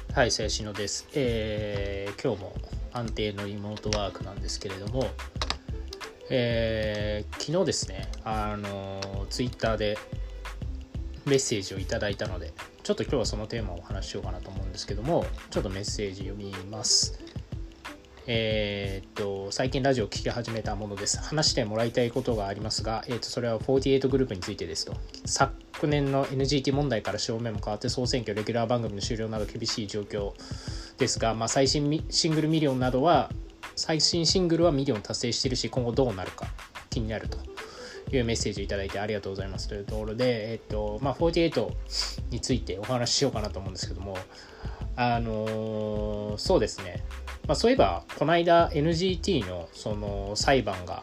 はい、林野です。今日も安定のリモートワークなんですけれども、昨日ですね、ツイッターでメッセージをいただいたので、ちょっと今日はそのテーマをお話ししようかなと思うんですけども、ちょっとメッセージ読みます。最近ラジオを聞き始めたものです。話してもらいたいことがありますが、それは48グループについてですと。昨年の NGT 問題から正面も変わって総選挙、レギュラー番組の終了など厳しい状況ですが、最新シングルはミリオン達成しているし、今後どうなるか気になるというメッセージをいただいてありがとうございますというところで、48についてお話ししようかなと思うんですけども、そうですね、そういえばこの間 NGT のその裁判が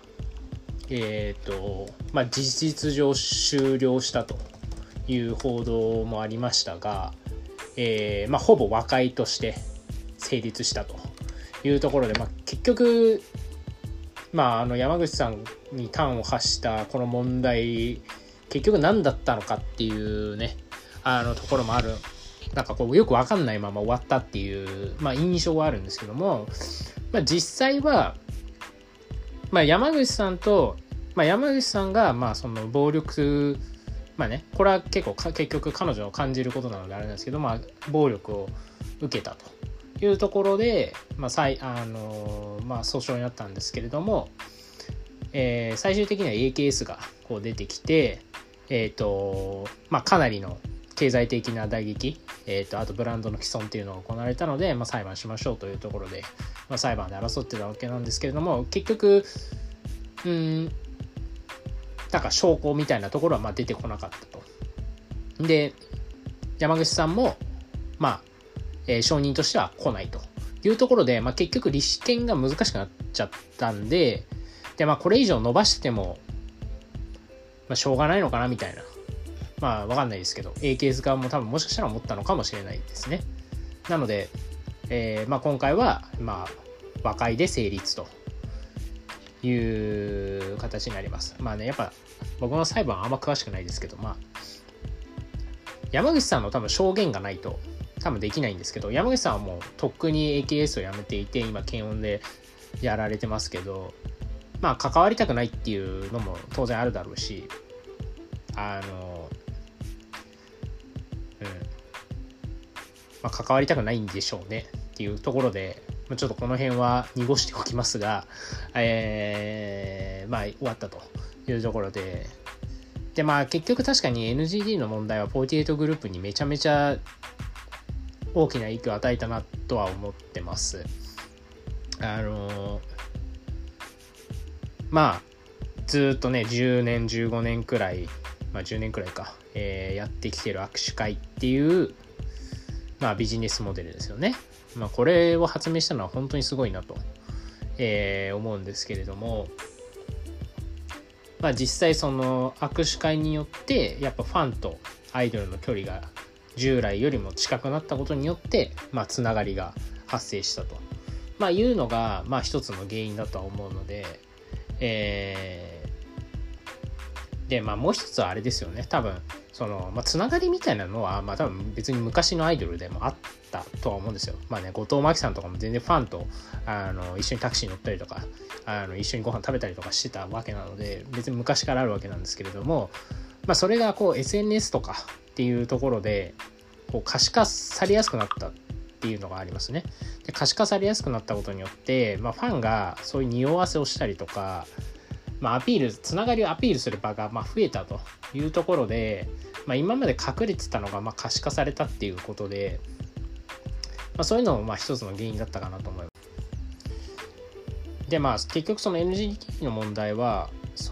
事実上終了したという報道もありましたが、ほぼ和解として成立したというところで、結局、山口さんに端を発したこの問題、結局何だったのかっていうね、ところもある。なんかこうよく分かんないまま終わったっていう、印象はあるんですけども、実際は、山口さんがその暴力、これは結局彼女を感じることなのであれなんですけど、暴力を受けたというところで、訴訟になったんですけれども、最終的には AKS がこう出てきて、かなりの経済的な打撃、あとブランドの毀損っていうのが行われたので、裁判しましょうというところで、裁判で争ってたわけなんですけれども、結局なんか証拠みたいなところは出てこなかったと。で、山口さんも証人としては来ないというところで、結局立件が難しくなっちゃったんで、これ以上伸ばしても、しょうがないのかなみたいな。わかんないですけど、AKS 側も多分もしかしたら思ったのかもしれないですね。なので、今回は和解で成立という形になります。やっぱ僕の裁判はあんま詳しくないですけど、山口さんの多分証言がないと多分できないんですけど、山口さんはもうとっくに AKS を辞めていて、今検温でやられてますけど、関わりたくないっていうのも当然あるだろうし、関わりたくないんでしょうねっていうところで、ちょっとこの辺は濁しておきますが、終わったというところで、結局確かに NGT の問題は48グループにめちゃめちゃ大きな影響を与えたなとは思ってます。ずっとね10年15年くらい、10年くらいか、やってきてる握手会っていうビジネスモデルですよね。これを発明したのは本当にすごいなと、思うんですけれども、実際その握手会によってやっぱファンとアイドルの距離が従来よりも近くなったことによってつながりが発生したと、いうのが一つの原因だとは思うので、でもう一つはあれですよね。多分そのつながりみたいなのは多分別に昔のアイドルでもあったとは思うんですよ。後藤真希さんとかも全然ファンと一緒にタクシー乗ったりとか一緒にご飯食べたりとかしてたわけなので、別に昔からあるわけなんですけれども、それがこう SNS とかっていうところでこう可視化されやすくなったっていうのがありますね。で、可視化されやすくなったことによって、ファンがそういう匂わせをしたりとか、つながりをアピールする場が増えたというところで、今まで隠れてたのが可視化されたっていうことで、そういうのも一つの原因だったかなと思います。で結局その NGT の問題は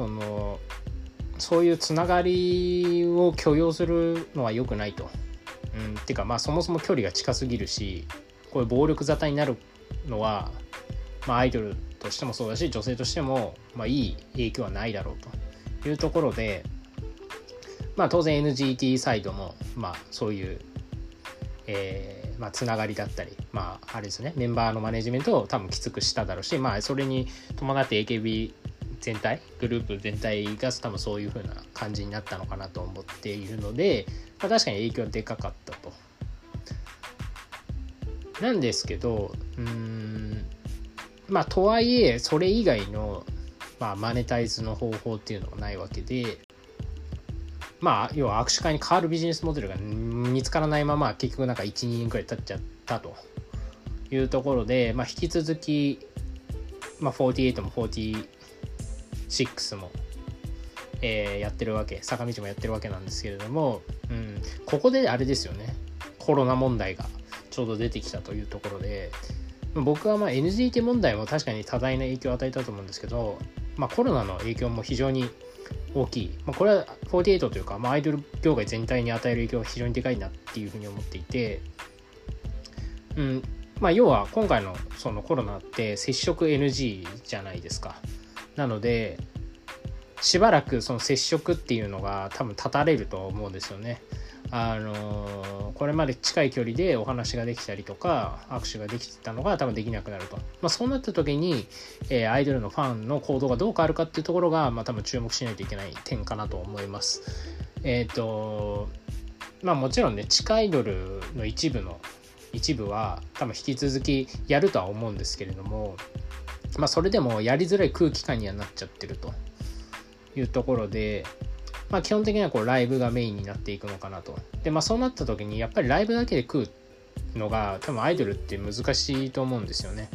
そういうつながりを許容するのは良くないと。っていうかそもそも距離が近すぎるし、こういう暴力沙汰になるのはアイドルとしてもそうだし、女性としてもいい影響はないだろうというところで、当然 NGT サイドもそういう、つながりだったり、あれですね、メンバーのマネジメントを多分きつくしただろうし、それに伴って AKB 全体、グループ全体が多分そういう風な感じになったのかなと思っているので、確かに影響はでかかったと。 なんですけどとはいえそれ以外の、マネタイズの方法っていうのがないわけで、要は握手会に変わるビジネスモデルが見つからないまま結局なんか 1,2 年くらい経っちゃったというところで、引き続き、48も46も、やってるわけ、坂道もやってるわけなんですけれども、ここであれですよね、コロナ問題がちょうど出てきたというところで、僕はNGT 問題も確かに多大な影響を与えたと思うんですけど、コロナの影響も非常に大きい、これは48というか、アイドル業界全体に与える影響が非常にでかいなっていうふうに思っていて、要は今回のそのコロナって接触 NG じゃないですか。なのでしばらくその接触っていうのが多分断たれると思うんですよね。これまで近い距離でお話ができたりとか握手ができてたのが多分できなくなると、そうなった時に、アイドルのファンの行動がどう変わるかっていうところが、多分注目しないといけない点かなと思います。もちろんね、地下アイドルの一部は多分引き続きやるとは思うんですけれども、それでもやりづらい空気感にはなっちゃってるというところで、基本的にはこうライブがメインになっていくのかなと。で、そうなった時にやっぱりライブだけで食うのが多分アイドルって難しいと思うんですよね。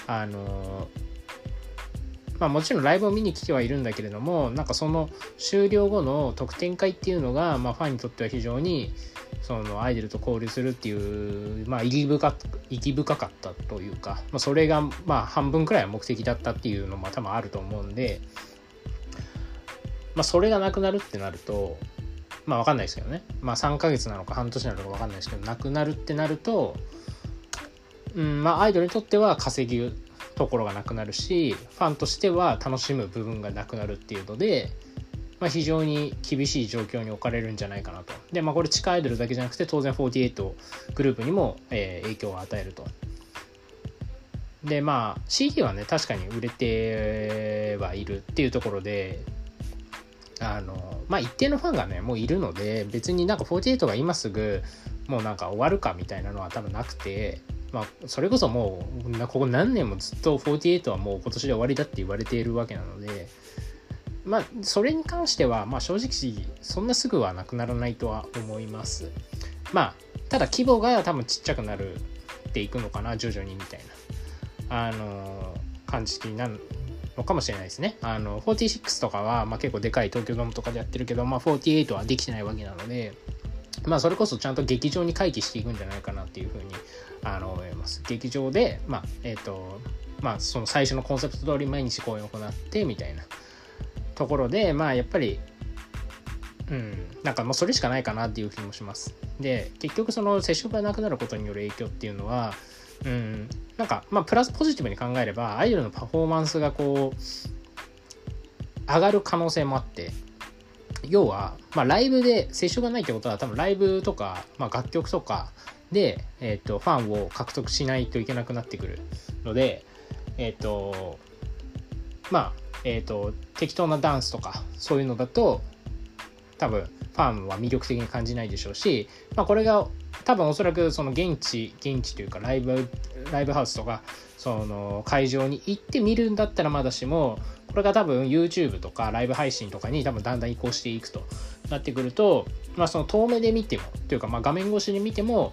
もちろんライブを見に来てはいるんだけれども、なんかその終了後の特典会っていうのが、ファンにとっては非常にそのアイドルと交流するっていう、意義深かったというか、それが半分くらいは目的だったっていうのも多分あると思うんで、それがなくなるってなると、分かんないですけどね、3ヶ月なのか半年なのか分かんないですけど、なくなるってなると、アイドルにとっては稼ぐところがなくなるし、ファンとしては楽しむ部分がなくなるっていうので、非常に厳しい状況に置かれるんじゃないかなと。で、これ地下アイドルだけじゃなくて当然48グループにも、影響を与えると。で、CD はね確かに売れてはいるっていうところで、一定のファンがねもういるので、別になんか48が今すぐもうなんか終わるかみたいなのは多分なくて、それこそもうここ何年もずっと48はもう今年で終わりだって言われているわけなので、それに関しては正直そんなすぐはなくならないとは思います。ただ規模が多分ちっちゃくなるっていくのかな、徐々にみたいな感じになるのかもしれないですね。46とかは結構でかい東京ドームとかでやってるけど、48はできてないわけなので、それこそちゃんと劇場に回帰していくんじゃないかなっていうふうに思います。劇場でその最初のコンセプト通り毎日公演を行ってみたいなところで、やっぱりなんかそれしかないかなっていう気もします。で、結局その接触がなくなることによる影響っていうのは、なんかプラスポジティブに考えればアイドルのパフォーマンスがこう上がる可能性もあって、要はライブで接触がないってことは多分ライブとか、楽曲とかで、ファンを獲得しないといけなくなってくるので、適当なダンスとかそういうのだと多分ファンは魅力的に感じないでしょうし、これが多分おそらくその現地というかライブハウスとかその会場に行って見るんだったらまだしも、これが多分 YouTube とかライブ配信とかに多分だんだん移行していくとなってくると、その遠目で見てもというか画面越しで見ても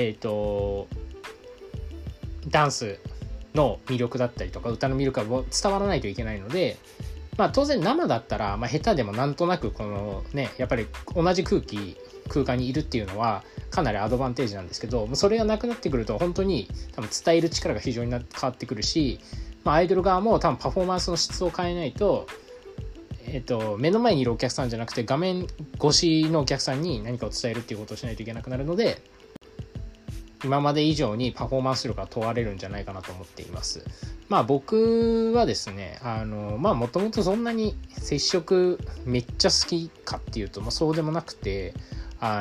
ダンスの魅力だったりとか歌の魅力が伝わらないといけないので、当然生だったら下手でもなんとなくこのねやっぱり同じ空間にいるっていうのはかなりアドバンテージなんですけど、それがなくなってくると本当に多分伝える力が非常に変わってくるし、アイドル側も多分パフォーマンスの質を変えないと、目の前にいるお客さんじゃなくて画面越しのお客さんに何かを伝えるっていうことをしないといけなくなるので、今まで以上にパフォーマンス力が問われるんじゃないかなと思っています。僕はですね、もともとそんなに接触めっちゃ好きかっていうと、そうでもなくて、ラ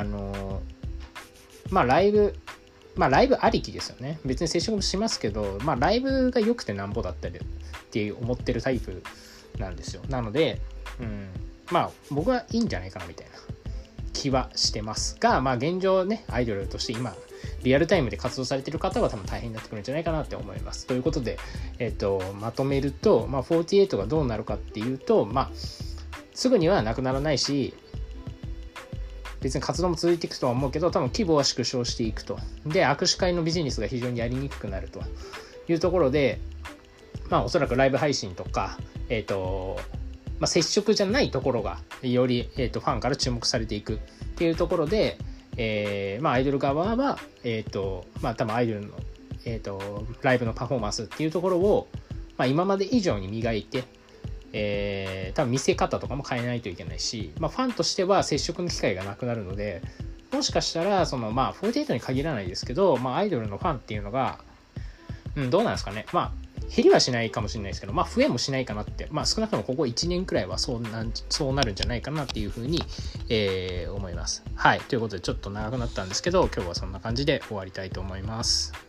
イブありきですよね。別に接触もしますけど、ライブが良くてなんぼだったりって思ってるタイプなんですよ。なので、僕はいいんじゃないかなみたいな気はしてますが、現状ねアイドルとして今リアルタイムで活動されている方は多分大変になってくるんじゃないかなって思います。ということで、まとめると、48がどうなるかっていうと、すぐにはなくならないし、別に活動も続いていくとは思うけど、多分規模は縮小していくと。で、握手会のビジネスが非常にやりにくくなるというところで、おそらくライブ配信とか、接触じゃないところがより、ファンから注目されていくっていうところで、アイドル側は、多分アイドルの、ライブのパフォーマンスっていうところを、今まで以上に磨いて、多分見せ方とかも変えないといけないし、ファンとしては接触の機会がなくなるので、もしかしたら48に限らないですけど、アイドルのファンっていうのが、どうなんですかね。減りはしないかもしれないですけど、増えもしないかなって、少なくともここ1年くらいはそうなるんじゃないかなっていうふうに、思います。はい。ということでちょっと長くなったんですけど、今日はそんな感じで終わりたいと思います。